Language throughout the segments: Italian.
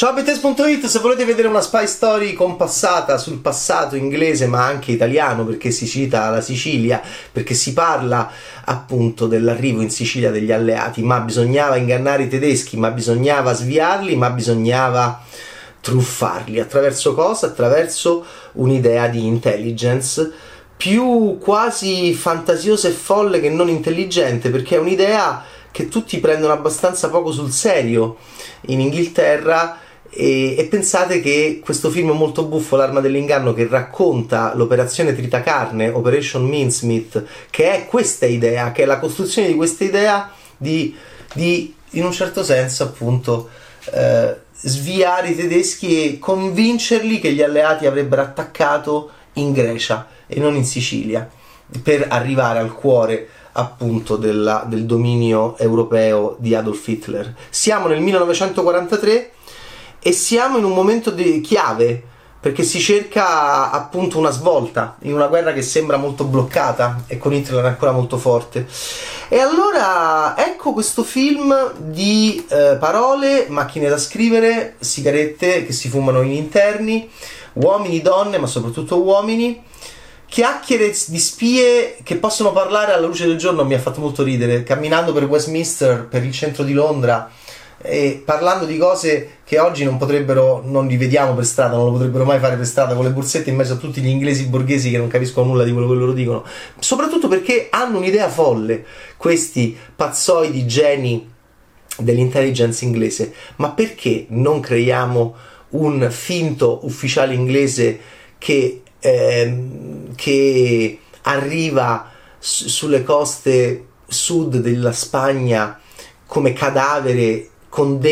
Ciao Bettes.it, se volete vedere una spy story compassata sul passato inglese ma anche italiano, perché si cita la Sicilia, perché si parla appunto dell'arrivo in Sicilia degli alleati, ma bisognava ingannare i tedeschi, ma bisognava sviarli, ma bisognava truffarli. Attraverso cosa? Attraverso un'idea di intelligence più quasi fantasiosa e folle che non intelligente, perché è un'idea che tutti prendono abbastanza poco sul serio in Inghilterra. E pensate che questo film molto buffo, L'arma dell'inganno, che racconta l'operazione Tritacarne, Operation Mincemeat, che è questa idea, che è la costruzione di questa idea di in un certo senso appunto sviare i tedeschi e convincerli che gli alleati avrebbero attaccato in Grecia e non in Sicilia, per arrivare al cuore appunto del dominio europeo di Adolf Hitler. Siamo nel 1943 e siamo in un momento di chiave, perché si cerca appunto una svolta in una guerra che sembra molto bloccata e con Hitler ancora molto forte. E allora ecco questo film di parole, macchine da scrivere, sigarette che si fumano in interni, uomini, donne, ma soprattutto uomini, chiacchiere di spie che possono parlare alla luce del giorno. Mi ha fatto molto ridere, camminando per Westminster, per il centro di Londra, e parlando di cose che oggi non li vediamo per strada, non lo potrebbero mai fare per strada, con le borsette in mezzo a tutti gli inglesi borghesi che non capiscono nulla di quello che loro dicono, soprattutto perché hanno un'idea folle, questi pazzoidi geni dell'intelligence inglese. Ma perché non creiamo un finto ufficiale inglese che arriva sulle coste sud della Spagna come cadavere con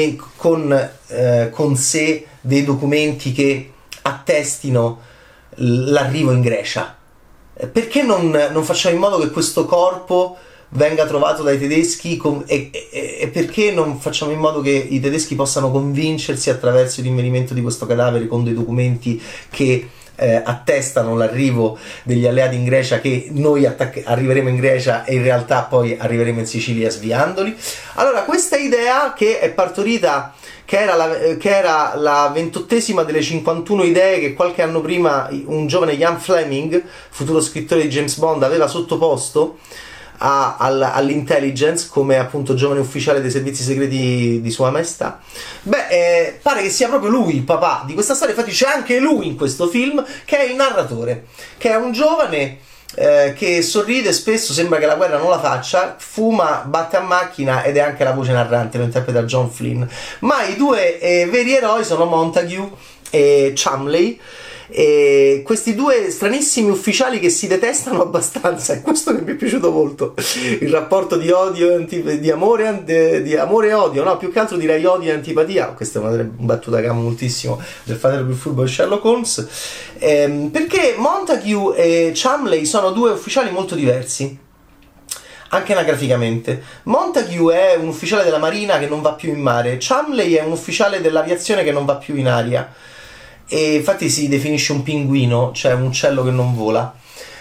sé dei documenti che attestino l'arrivo in Grecia? Perché non facciamo in modo che questo corpo venga trovato dai tedeschi e perché non facciamo in modo che i tedeschi possano convincersi attraverso il rinvenimento di questo cadavere con dei documenti che attestano l'arrivo degli alleati in Grecia, che noi arriveremo in Grecia e in realtà poi arriveremo in Sicilia sviandoli? Allora, questa idea, che è partorita, che era la 28esima delle 51 idee che qualche anno prima un giovane Ian Fleming, futuro scrittore di James Bond, aveva sottoposto all'intelligence come appunto giovane ufficiale dei servizi segreti di Sua Maestà. Pare che sia proprio lui il papà di questa storia. Infatti c'è anche lui in questo film, che è il narratore, che è un giovane che sorride spesso, sembra che la guerra non la faccia, fuma, batte a macchina ed è anche la voce narrante, lo interpreta John Flynn. Ma i due veri eroi sono Montague e Cholmondeley, e questi due stranissimi ufficiali che si detestano abbastanza. È questo che mi è piaciuto molto, il rapporto di odio di amore e odio, no, più che altro direi odio e antipatia. Questa è una delle battute che amo moltissimo del fratello più furbo di Sherlock Holmes, perché Montague e Cholmondeley sono due ufficiali molto diversi anche anagraficamente. Montague è un ufficiale della marina che non va più in mare, Cholmondeley è un ufficiale dell'aviazione che non va più in aria, e infatti si definisce un pinguino, cioè un uccello che non vola,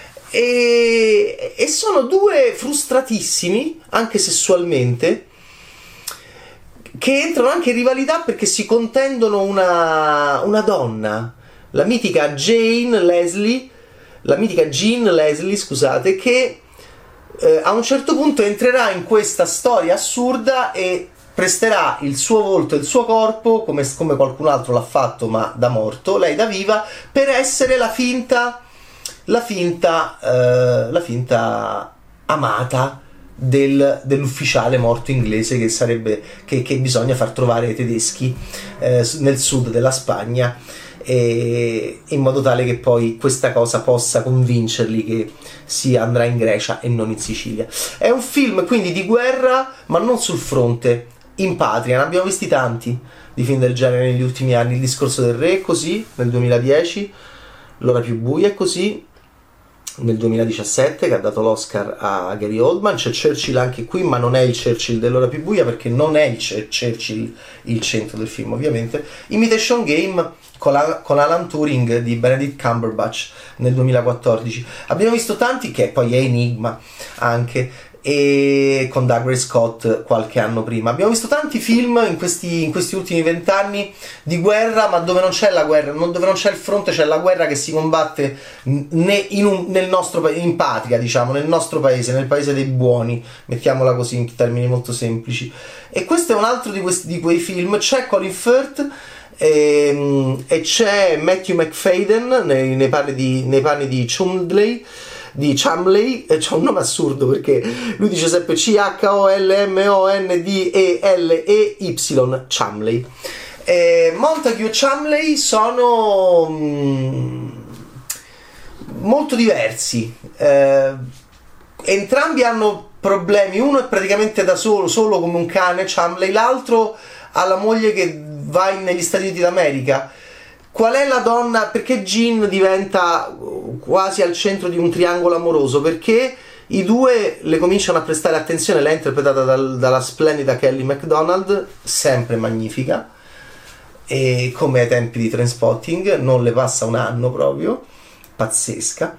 e sono due frustratissimi anche sessualmente, che entrano anche in rivalità perché si contendono una donna, la mitica Jean Leslie, scusate, che a un certo punto entrerà in questa storia assurda e presterà il suo volto e il suo corpo, come qualcun altro l'ha fatto ma da morto, lei da viva, per essere la finta amata dell'ufficiale morto inglese che bisogna far trovare ai tedeschi nel sud della Spagna, in modo tale che poi questa cosa possa convincerli che si andrà in Grecia e non in Sicilia. È un film quindi di guerra, ma non sul fronte, in patria. Ne abbiamo visti tanti di film del genere negli ultimi anni. Il discorso del re è così, nel 2010, L'ora più buia è così, nel 2017, che ha dato l'Oscar a Gary Oldman. C'è Churchill anche qui, ma non è il Churchill dell'ora più buia, perché non è il Churchill il centro del film, ovviamente. Imitation Game con Alan Turing di Benedict Cumberbatch nel 2014. Abbiamo visto tanti, che poi è Enigma anche, e con Douglas Scott qualche anno prima. Abbiamo visto tanti film in questi ultimi 20 anni di guerra, ma dove non c'è la guerra, dove non c'è il fronte, c'è la guerra che si combatte nel nostro in patria, diciamo, nel nostro paese, nel paese dei buoni, mettiamola così in termini molto semplici. E questo è un altro di quei film. C'è Colin Firth e c'è Matthew Macfadyen nei panni di Chumley. C'ha un nome assurdo perché lui dice sempre Cholmondey, Chumley. Montague e Chumley sono molto diversi, entrambi hanno problemi. Uno è praticamente da solo come un cane, Chumley, l'altro ha la moglie che va negli Stati Uniti d'America. Qual è la donna? Perché Jean diventa quasi al centro di un triangolo amoroso? Perché i due le cominciano a prestare attenzione. Lei è interpretata dalla splendida Kelly MacDonald, sempre magnifica, e come ai tempi di Trainspotting, non le passa un anno proprio, pazzesca.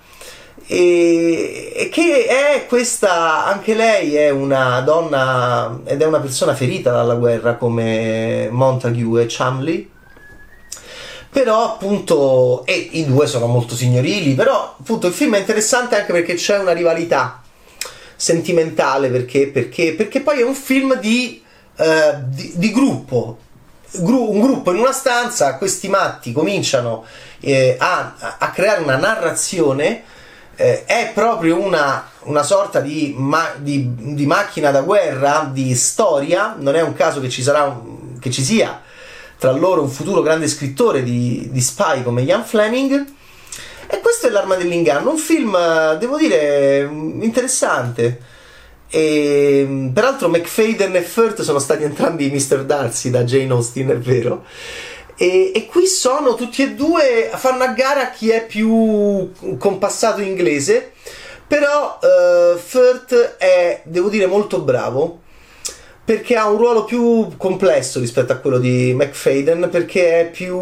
E che è questa, anche lei è una donna ed è una persona ferita dalla guerra come Montague e Chumley. Però appunto, e i due sono molto signorili, però appunto il film è interessante anche perché c'è una rivalità sentimentale, perché poi è un film di gruppo, un gruppo in una stanza. Questi matti cominciano a creare una narrazione, è proprio una sorta di macchina da guerra, di storia. Non è un caso che ci sia tra loro un futuro grande scrittore di spy come Ian Fleming. E questo è L'arma dell'inganno, un film, devo dire, interessante. E peraltro Macfadyen e Firth sono stati entrambi Mr. Darcy da Jane Austen, è vero. E qui sono tutti e due, fanno a gara chi è più compassato inglese. Però Firth è, devo dire, molto bravo, perché ha un ruolo più complesso rispetto a quello di Macfadyen, perché è più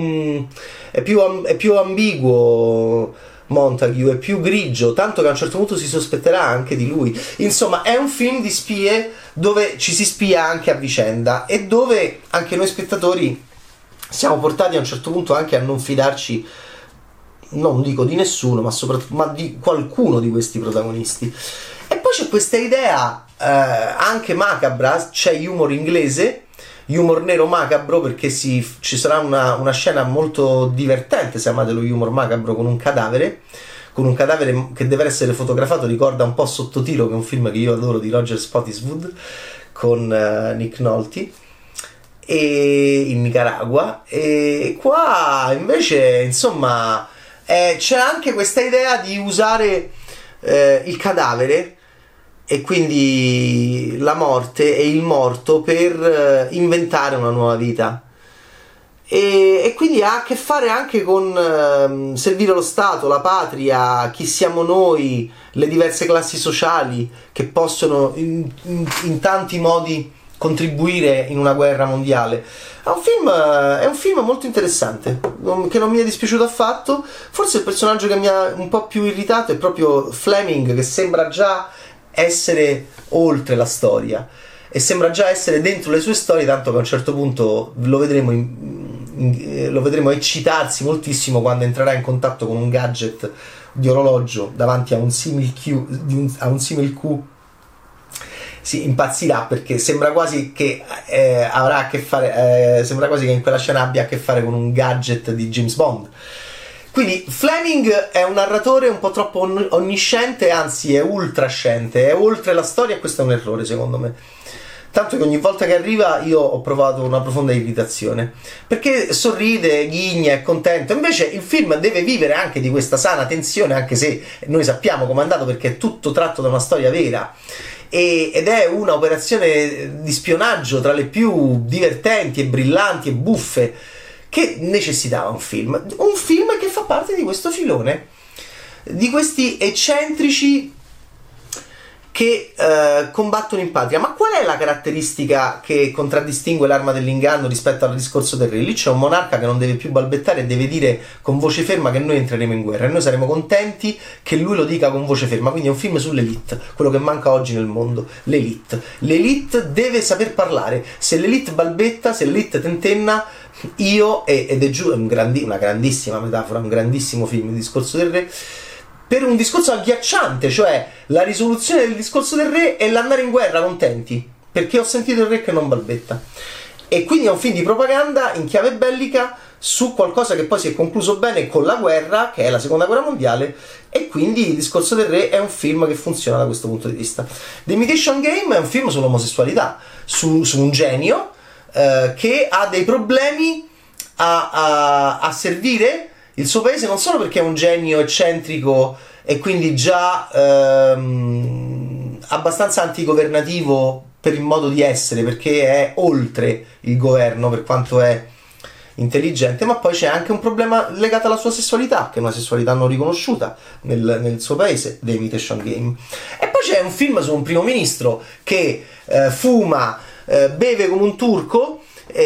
ambiguo Montague, è più grigio, tanto che a un certo punto si sospetterà anche di lui. Insomma, è un film di spie dove ci si spia anche a vicenda e dove anche noi spettatori siamo portati a un certo punto anche a non fidarci, non dico di nessuno, ma di qualcuno di questi protagonisti. E poi c'è questa idea anche macabra, c'è humor inglese, humor nero macabro, perché ci sarà una scena molto divertente, se amate lo humor macabro, con un cadavere che deve essere fotografato. Ricorda un po' Sottotiro, che è un film che io adoro di Roger Spottiswoode con Nick Nolte, e in Nicaragua. E qua invece, insomma, c'è anche questa idea di usare il cadavere e quindi la morte e il morto per inventare una nuova vita, e quindi ha a che fare anche con servire lo Stato, la patria, chi siamo noi, le diverse classi sociali che possono in tanti modi contribuire in una guerra mondiale. È un film molto interessante, che non mi è dispiaciuto affatto. Forse il personaggio che mi ha un po' più irritato è proprio Fleming, che sembra già essere oltre la storia e sembra già essere dentro le sue storie, tanto che a un certo punto lo vedremo eccitarsi moltissimo quando entrerà in contatto con un gadget di orologio davanti a un simil Q. Si impazzirà, perché sembra quasi che avrà a che fare, sembra quasi che in quella scena abbia a che fare con un gadget di James Bond. Quindi Fleming è un narratore un po' troppo onnisciente, anzi è ultrasciente, è oltre la storia, e questo è un errore secondo me. Tanto che ogni volta che arriva io ho provato una profonda irritazione, perché sorride, ghigna, è contento. Invece il film deve vivere anche di questa sana tensione, anche se noi sappiamo com'è andato, perché è tutto tratto da una storia vera. Ed è una operazione di spionaggio tra le più divertenti e brillanti e buffe che necessitava un film che fa parte di questo filone, di questi eccentrici che combattono in patria. Ma qual è la caratteristica che contraddistingue l'arma dell'inganno rispetto al discorso del re? Lì c'è un monarca che non deve più balbettare e deve dire con voce ferma che noi entreremo in guerra, e noi saremo contenti che lui lo dica con voce ferma. Quindi è un film sull'elite, quello che manca oggi nel mondo, l'elite. L'elite deve saper parlare. Se l'elite balbetta, se l'elite tentenna, ed è giù, è una grandissima metafora, un grandissimo film, il discorso del re, per un discorso agghiacciante, cioè la risoluzione del discorso del re è l'andare in guerra contenti, perché ho sentito il re che non balbetta. E quindi è un film di propaganda in chiave bellica su qualcosa che poi si è concluso bene con la guerra, che è la seconda guerra mondiale, e quindi il discorso del re è un film che funziona da questo punto di vista. The Imitation Game è un film sull'omosessualità, su un genio che ha dei problemi a servire il suo paese, non solo perché è un genio eccentrico e quindi già abbastanza antigovernativo per il modo di essere, perché è oltre il governo per quanto è intelligente, ma poi c'è anche un problema legato alla sua sessualità, che è una sessualità non riconosciuta nel suo paese, The Imitation Game. E poi c'è un film su un primo ministro che fuma, beve come un turco,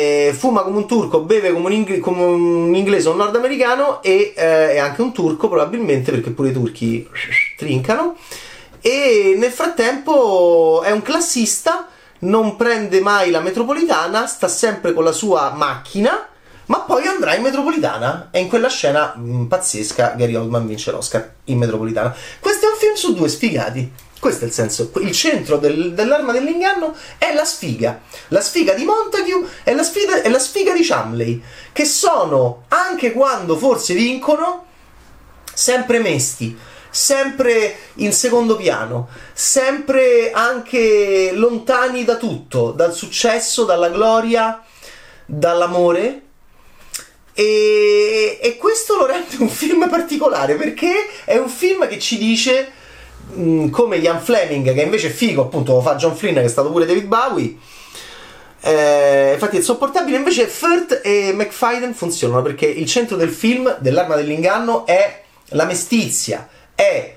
beve come un inglese o un nordamericano, e è anche un turco probabilmente, perché pure i turchi trincano, e nel frattempo è un classista, non prende mai la metropolitana, sta sempre con la sua macchina, ma poi andrà in metropolitana, e in quella scena pazzesca Gary Oldman vince l'Oscar in metropolitana. Questo è un film su due sfigati. Questo è il senso. Il centro dell'arma dell'inganno è la sfiga di Montague e la sfiga di Chamley, che sono, anche quando forse vincono, sempre mesti, sempre in secondo piano, sempre anche lontani da tutto, dal successo, dalla gloria, dall'amore. E questo lo rende un film particolare, perché è un film che ci dice, come Ian Fleming, che invece è figo, appunto lo fa John Flynn, che è stato pure David Bowie, infatti è insopportabile. Invece Firth e McFadden funzionano, perché il centro del film, dell'arma dell'inganno, è la mestizia, è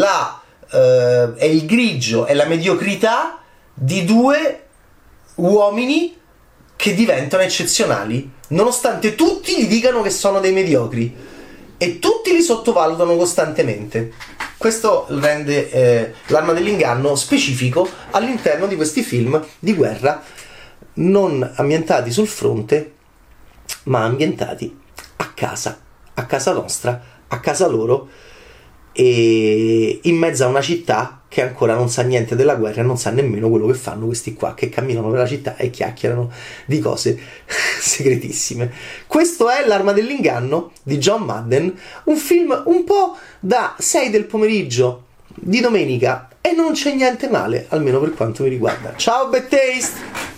il grigio, è la mediocrità di due uomini che diventano eccezionali, nonostante tutti gli dicano che sono dei mediocri e tutti li sottovalutano costantemente. Questo rende l'arma dell'inganno specifico all'interno di questi film di guerra, non ambientati sul fronte, ma ambientati a casa nostra, a casa loro, e in mezzo a una città che ancora non sa niente della guerra e non sa nemmeno quello che fanno questi qua, che camminano per la città e chiacchierano di cose segretissime. Questo è L'arma dell'inganno di John Madden, un film un po' da 6 del pomeriggio di domenica, e non c'è niente male, almeno per quanto mi riguarda. Ciao Bad Taste!